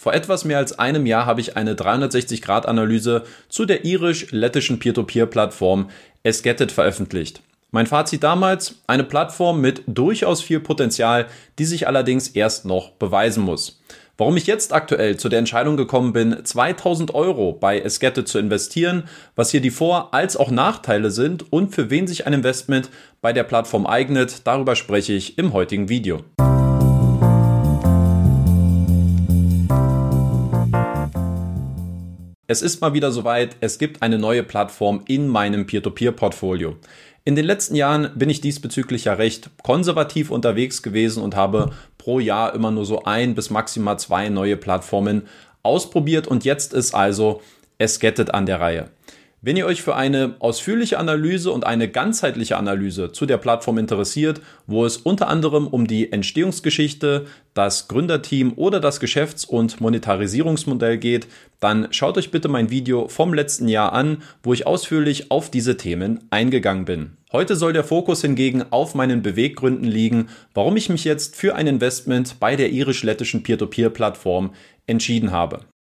Vor etwas mehr als einem Jahr habe ich eine 360-Grad-Analyse zu der irisch-lettischen Peer-to-Peer-Plattform Esgetit veröffentlicht. Mein Fazit damals: eine Plattform mit durchaus viel Potenzial, die sich allerdings erst noch beweisen muss. Warum ich jetzt aktuell zu der Entscheidung gekommen bin, 2.000 € bei Esgetit zu investieren, was hier die Vor- als auch Nachteile sind und für wen sich ein Investment bei der Plattform eignet, darüber spreche ich im heutigen Video. Es ist mal wieder soweit, es gibt eine neue Plattform in meinem Peer-to-Peer-Portfolio. In den letzten Jahren bin ich diesbezüglich ja recht konservativ unterwegs gewesen und habe pro Jahr immer nur so 1 bis maximal 2 neue Plattformen ausprobiert und jetzt ist also Esgetit an der Reihe. Wenn ihr euch für eine ausführliche Analyse und eine ganzheitliche Analyse zu der Plattform interessiert, wo es unter anderem um die Entstehungsgeschichte, das Gründerteam oder das Geschäfts- und Monetarisierungsmodell geht, dann schaut euch bitte mein Video vom letzten Jahr an, wo ich ausführlich auf diese Themen eingegangen bin. Heute soll der Fokus hingegen auf meinen Beweggründen liegen, warum ich mich jetzt für ein Investment bei der irisch-lettischen Peer-to-Peer-Plattform entschieden habe.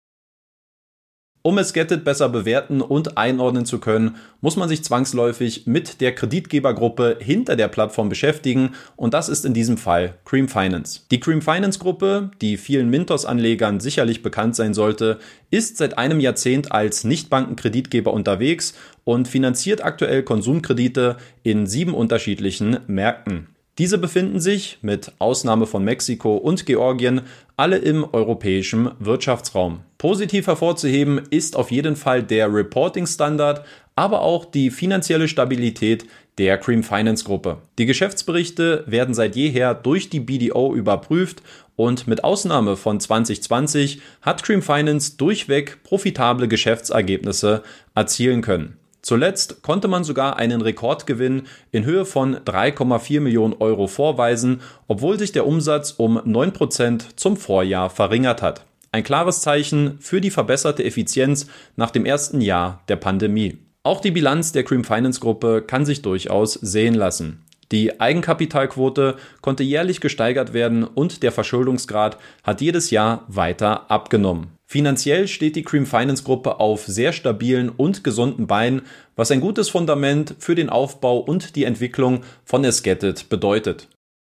Um Esgetit besser bewerten und einordnen zu können, muss man sich zwangsläufig mit der Kreditgebergruppe hinter der Plattform beschäftigen und das ist in diesem Fall Cream Finance. Die Cream Finance Gruppe, die vielen Mintos-Anlegern sicherlich bekannt sein sollte, ist seit einem Jahrzehnt als Nichtbankenkreditgeber unterwegs und finanziert aktuell Konsumkredite in 7 unterschiedlichen Märkten. Diese befinden sich, mit Ausnahme von Mexiko und Georgien, alle im europäischen Wirtschaftsraum. Positiv hervorzuheben ist auf jeden Fall der Reporting-Standard, aber auch die finanzielle Stabilität der Cream Finance Gruppe. Die Geschäftsberichte werden seit jeher durch die BDO überprüft und mit Ausnahme von 2020 hat Cream Finance durchweg profitable Geschäftsergebnisse erzielen können. Zuletzt konnte man sogar einen Rekordgewinn in Höhe von 3,4 Millionen € vorweisen, obwohl sich der Umsatz um 9% zum Vorjahr verringert hat. Ein klares Zeichen für die verbesserte Effizienz nach dem ersten Jahr der Pandemie. Auch die Bilanz der Cream Finance Gruppe kann sich durchaus sehen lassen. Die Eigenkapitalquote konnte jährlich gesteigert werden und der Verschuldungsgrad hat jedes Jahr weiter abgenommen. Finanziell steht die Cream Finance Gruppe auf sehr stabilen und gesunden Beinen, was ein gutes Fundament für den Aufbau und die Entwicklung von Esgetit bedeutet.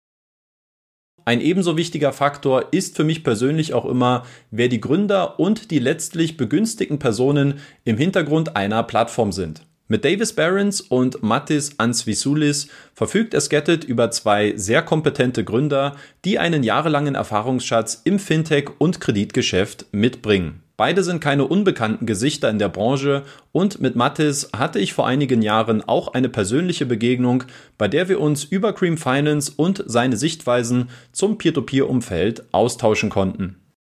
Ein ebenso wichtiger Faktor ist für mich persönlich auch immer, wer die Gründer und die letztlich begünstigten Personen im Hintergrund einer Plattform sind. Mit Davis Barons und Mattis Antsvisoulis verfügt Esgetit über 2 sehr kompetente Gründer, die einen jahrelangen Erfahrungsschatz im Fintech- und Kreditgeschäft mitbringen. Beide sind keine unbekannten Gesichter in der Branche und mit Mattis hatte ich vor einigen Jahren auch eine persönliche Begegnung, bei der wir uns über Cream Finance und seine Sichtweisen zum Peer-to-Peer-Umfeld austauschen konnten.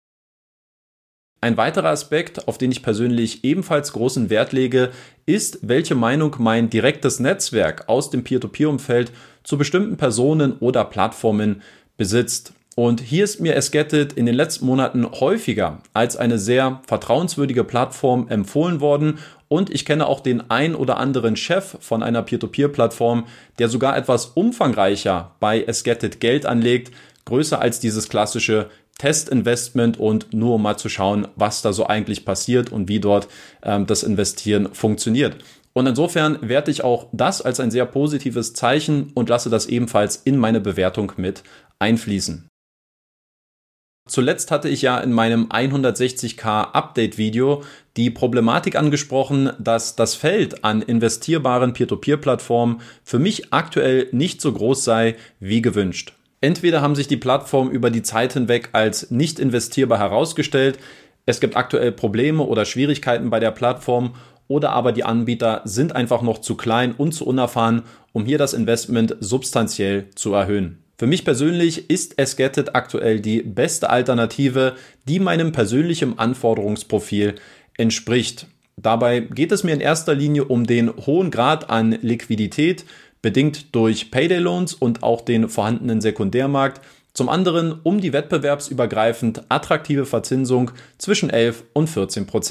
Ein weiterer Aspekt, auf den ich persönlich ebenfalls großen Wert lege, ist, welche Meinung mein direktes Netzwerk aus dem Peer-to-Peer-Umfeld zu bestimmten Personen oder Plattformen besitzt. Und hier ist mir Esgetit in den letzten Monaten häufiger als eine sehr vertrauenswürdige Plattform empfohlen worden und ich kenne auch den ein oder anderen Chef von einer Peer-to-Peer-Plattform, der sogar etwas umfangreicher bei Esgetit Geld anlegt, größer als dieses klassische Testinvestment und nur um mal zu schauen, was da so eigentlich passiert und wie dort das Investieren funktioniert. Und insofern werte ich auch das als ein sehr positives Zeichen und lasse das ebenfalls in meine Bewertung mit einfließen. Zuletzt hatte ich ja in meinem 160k Update-Video die Problematik angesprochen, dass das Feld an investierbaren Peer-to-Peer-Plattformen für mich aktuell nicht so groß sei wie gewünscht. Entweder haben sich die Plattformen über die Zeit hinweg als nicht investierbar herausgestellt, es gibt aktuell Probleme oder Schwierigkeiten bei der Plattform oder aber die Anbieter sind einfach noch zu klein und zu unerfahren, um hier das Investment substanziell zu erhöhen. Für mich persönlich ist Esgetit aktuell die beste Alternative, die meinem persönlichen Anforderungsprofil entspricht. Dabei geht es mir in erster Linie um den hohen Grad an Liquidität, bedingt durch Payday-Loans und auch den vorhandenen Sekundärmarkt. Zum anderen um die wettbewerbsübergreifend attraktive Verzinsung zwischen 11 und 14%.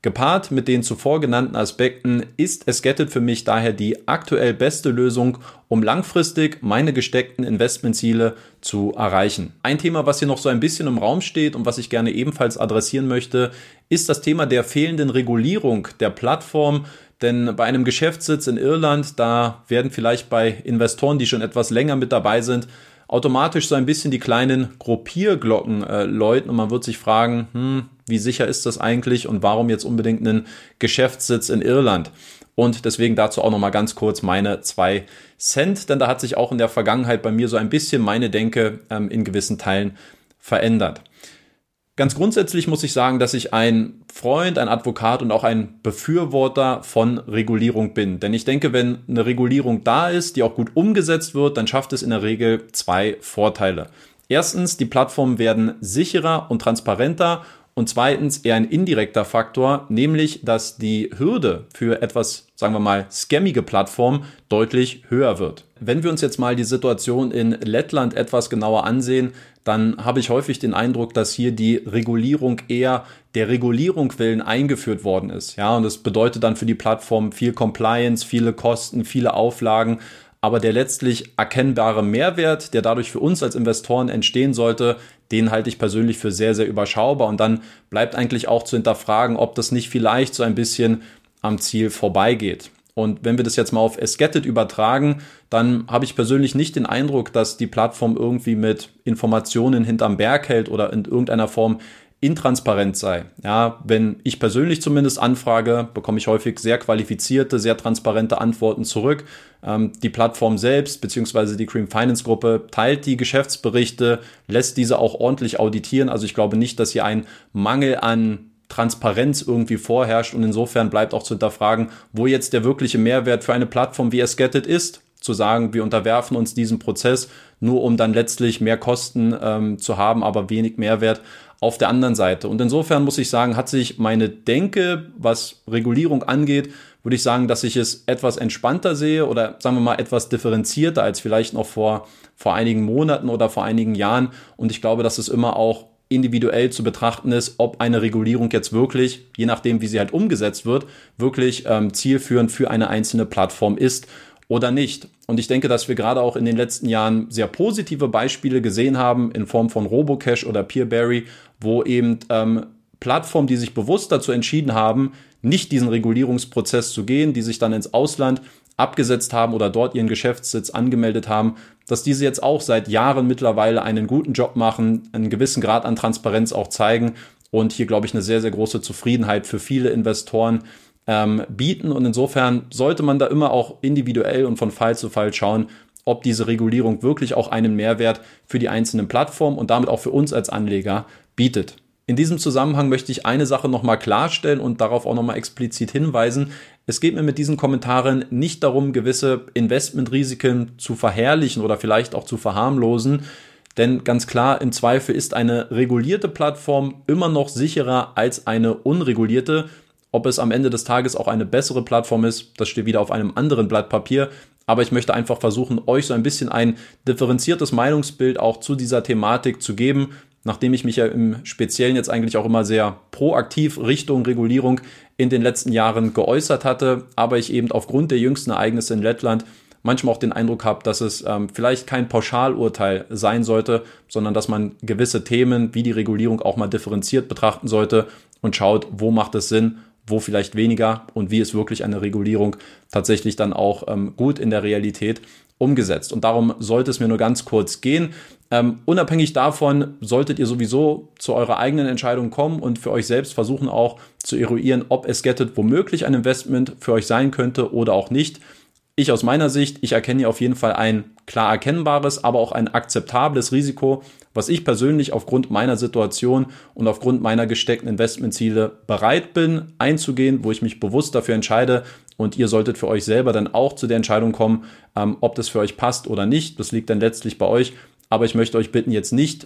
Gepaart mit den zuvor genannten Aspekten ist Esgetit für mich daher die aktuell beste Lösung, um langfristig meine gesteckten Investmentziele zu erreichen. Ein Thema, was hier noch so ein bisschen im Raum steht und was ich gerne ebenfalls adressieren möchte, ist das Thema der fehlenden Regulierung der Plattform. Denn bei einem Geschäftssitz in Irland, da werden vielleicht bei Investoren, die schon etwas länger mit dabei sind, automatisch so ein bisschen die kleinen Gruppierglocken läuten und man wird sich fragen, wie sicher ist das eigentlich und warum jetzt unbedingt einen Geschäftssitz in Irland? Und deswegen dazu auch nochmal ganz kurz meine 2 Cent, denn da hat sich auch in der Vergangenheit bei mir so ein bisschen meine Denke in gewissen Teilen verändert. Ganz grundsätzlich muss ich sagen, dass ich ein Freund, ein Advokat und auch ein Befürworter von Regulierung bin. Denn ich denke, wenn eine Regulierung da ist, die auch gut umgesetzt wird, dann schafft es in der Regel 2 Vorteile. Erstens, die Plattformen werden sicherer und transparenter. Und zweitens eher ein indirekter Faktor, nämlich, dass die Hürde für etwas, sagen wir mal, scammige Plattformen deutlich höher wird. Wenn wir uns jetzt mal die Situation in Lettland etwas genauer ansehen, dann habe ich häufig den Eindruck, dass hier die Regulierung eher der Regulierung willen eingeführt worden ist. Ja, und das bedeutet dann für die Plattform viel Compliance, viele Kosten, viele Auflagen. Aber der letztlich erkennbare Mehrwert, der dadurch für uns als Investoren entstehen sollte, den halte ich persönlich für sehr, sehr überschaubar. Und dann bleibt eigentlich auch zu hinterfragen, ob das nicht vielleicht so ein bisschen am Ziel vorbeigeht. Und wenn wir das jetzt mal auf Esgetit übertragen, dann habe ich persönlich nicht den Eindruck, dass die Plattform irgendwie mit Informationen hinterm Berg hält oder in irgendeiner Form intransparent sei. Ja, wenn ich persönlich zumindest anfrage, bekomme ich häufig sehr qualifizierte, sehr transparente Antworten zurück. Die Plattform selbst bzw. die Cream Finance Gruppe teilt die Geschäftsberichte, lässt diese auch ordentlich auditieren. Also ich glaube nicht, dass hier ein Mangel an Transparenz irgendwie vorherrscht und insofern bleibt auch zu hinterfragen, wo jetzt der wirkliche Mehrwert für eine Plattform wie Esgetit ist. Zu sagen, wir unterwerfen uns diesem Prozess, nur um dann letztlich mehr Kosten zu haben, aber wenig Mehrwert auf der anderen Seite. Und insofern muss ich sagen, hat sich meine Denke, was Regulierung angeht, würde ich sagen, dass ich es etwas entspannter sehe oder sagen wir mal etwas differenzierter als vielleicht noch vor einigen Monaten oder vor einigen Jahren. Und ich glaube, dass es immer auch individuell zu betrachten ist, ob eine Regulierung jetzt wirklich, je nachdem wie sie halt umgesetzt wird, wirklich zielführend für eine einzelne Plattform ist oder nicht. Und ich denke, dass wir gerade auch in den letzten Jahren sehr positive Beispiele gesehen haben in Form von Robocash oder Peerberry, wo eben Plattformen, die sich bewusst dazu entschieden haben, nicht diesen Regulierungsprozess zu gehen, die sich dann ins Ausland abgesetzt haben oder dort ihren Geschäftssitz angemeldet haben, dass diese jetzt auch seit Jahren mittlerweile einen guten Job machen, einen gewissen Grad an Transparenz auch zeigen und hier, glaube ich, eine sehr, sehr große Zufriedenheit für viele Investoren bieten. Und insofern sollte man da immer auch individuell und von Fall zu Fall schauen, ob diese Regulierung wirklich auch einen Mehrwert für die einzelnen Plattformen und damit auch für uns als Anleger bietet. In diesem Zusammenhang möchte ich eine Sache nochmal klarstellen und darauf auch nochmal explizit hinweisen. Es geht mir mit diesen Kommentaren nicht darum, gewisse Investmentrisiken zu verherrlichen oder vielleicht auch zu verharmlosen. Denn ganz klar, im Zweifel ist eine regulierte Plattform immer noch sicherer als eine unregulierte. Ob es am Ende des Tages auch eine bessere Plattform ist, das steht wieder auf einem anderen Blatt Papier. Aber ich möchte einfach versuchen, euch so ein bisschen ein differenziertes Meinungsbild auch zu dieser Thematik zu geben, nachdem ich mich ja im Speziellen jetzt eigentlich auch immer sehr proaktiv Richtung Regulierung in den letzten Jahren geäußert hatte, aber ich eben aufgrund der jüngsten Ereignisse in Lettland manchmal auch den Eindruck habe, dass es vielleicht kein Pauschalurteil sein sollte, sondern dass man gewisse Themen wie die Regulierung auch mal differenziert betrachten sollte und schaut, wo macht es Sinn, wo vielleicht weniger und wie ist wirklich eine Regulierung tatsächlich dann auch gut in der Realität umgesetzt. Und darum sollte es mir nur ganz kurz gehen. Unabhängig davon solltet ihr sowieso zu eurer eigenen Entscheidung kommen und für euch selbst versuchen auch zu eruieren, ob Esgetit womöglich ein Investment für euch sein könnte oder auch nicht. Ich aus meiner Sicht, ich erkenne hier auf jeden Fall ein klar erkennbares, aber auch ein akzeptables Risiko, was ich persönlich aufgrund meiner Situation und aufgrund meiner gesteckten Investmentziele bereit bin einzugehen, wo ich mich bewusst dafür entscheide und ihr solltet für euch selber dann auch zu der Entscheidung kommen, ob das für euch passt oder nicht. Das liegt dann letztlich bei euch. Aber ich möchte euch bitten, jetzt nicht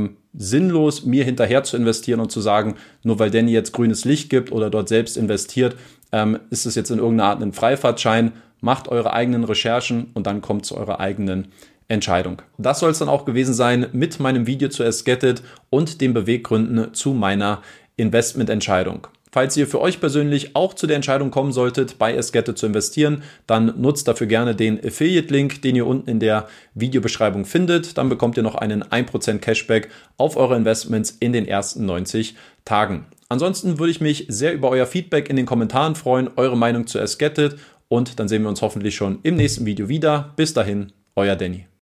sinnlos mir hinterher zu investieren und zu sagen, nur weil Danny jetzt grünes Licht gibt oder dort selbst investiert, ist es jetzt in irgendeiner Art ein Freifahrtschein. Macht eure eigenen Recherchen und dann kommt zu eurer eigenen Entscheidung. Das soll es dann auch gewesen sein mit meinem Video zu Esgetit und den Beweggründen zu meiner Investmententscheidung. Falls ihr für euch persönlich auch zu der Entscheidung kommen solltet, bei Esgette zu investieren, dann nutzt dafür gerne den Affiliate-Link, den ihr unten in der Videobeschreibung findet. Dann bekommt ihr noch einen 1% Cashback auf eure Investments in den ersten 90 Tagen. Ansonsten würde ich mich sehr über euer Feedback in den Kommentaren freuen, eure Meinung zu Esgette, und dann sehen wir uns hoffentlich schon im nächsten Video wieder. Bis dahin, euer Danny.